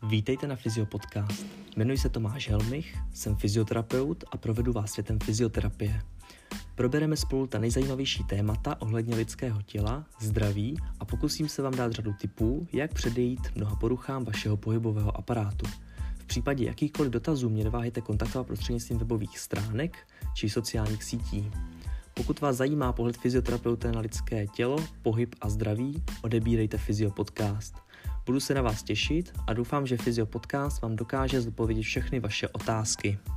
Vítejte na Fyziopodcast. Jmenuji se Tomáš Helmich, jsem fyzioterapeut a provedu vás světem fyzioterapie. Probereme spolu ta nejzajímavější témata ohledně lidského těla, zdraví a pokusím se vám dát řadu tipů, jak předejít mnoha poruchám vašeho pohybového aparátu. V případě jakýchkoliv dotazů mě neváhejte kontaktovat prostřednictvím webových stránek či sociálních sítí. Pokud vás zajímá pohled fyzioterapeuta na lidské tělo, pohyb a zdraví, odebírejte Fyziopodcast. Budu se na vás těšit a doufám, že Fyziopodcast vám dokáže zodpovědět všechny vaše otázky.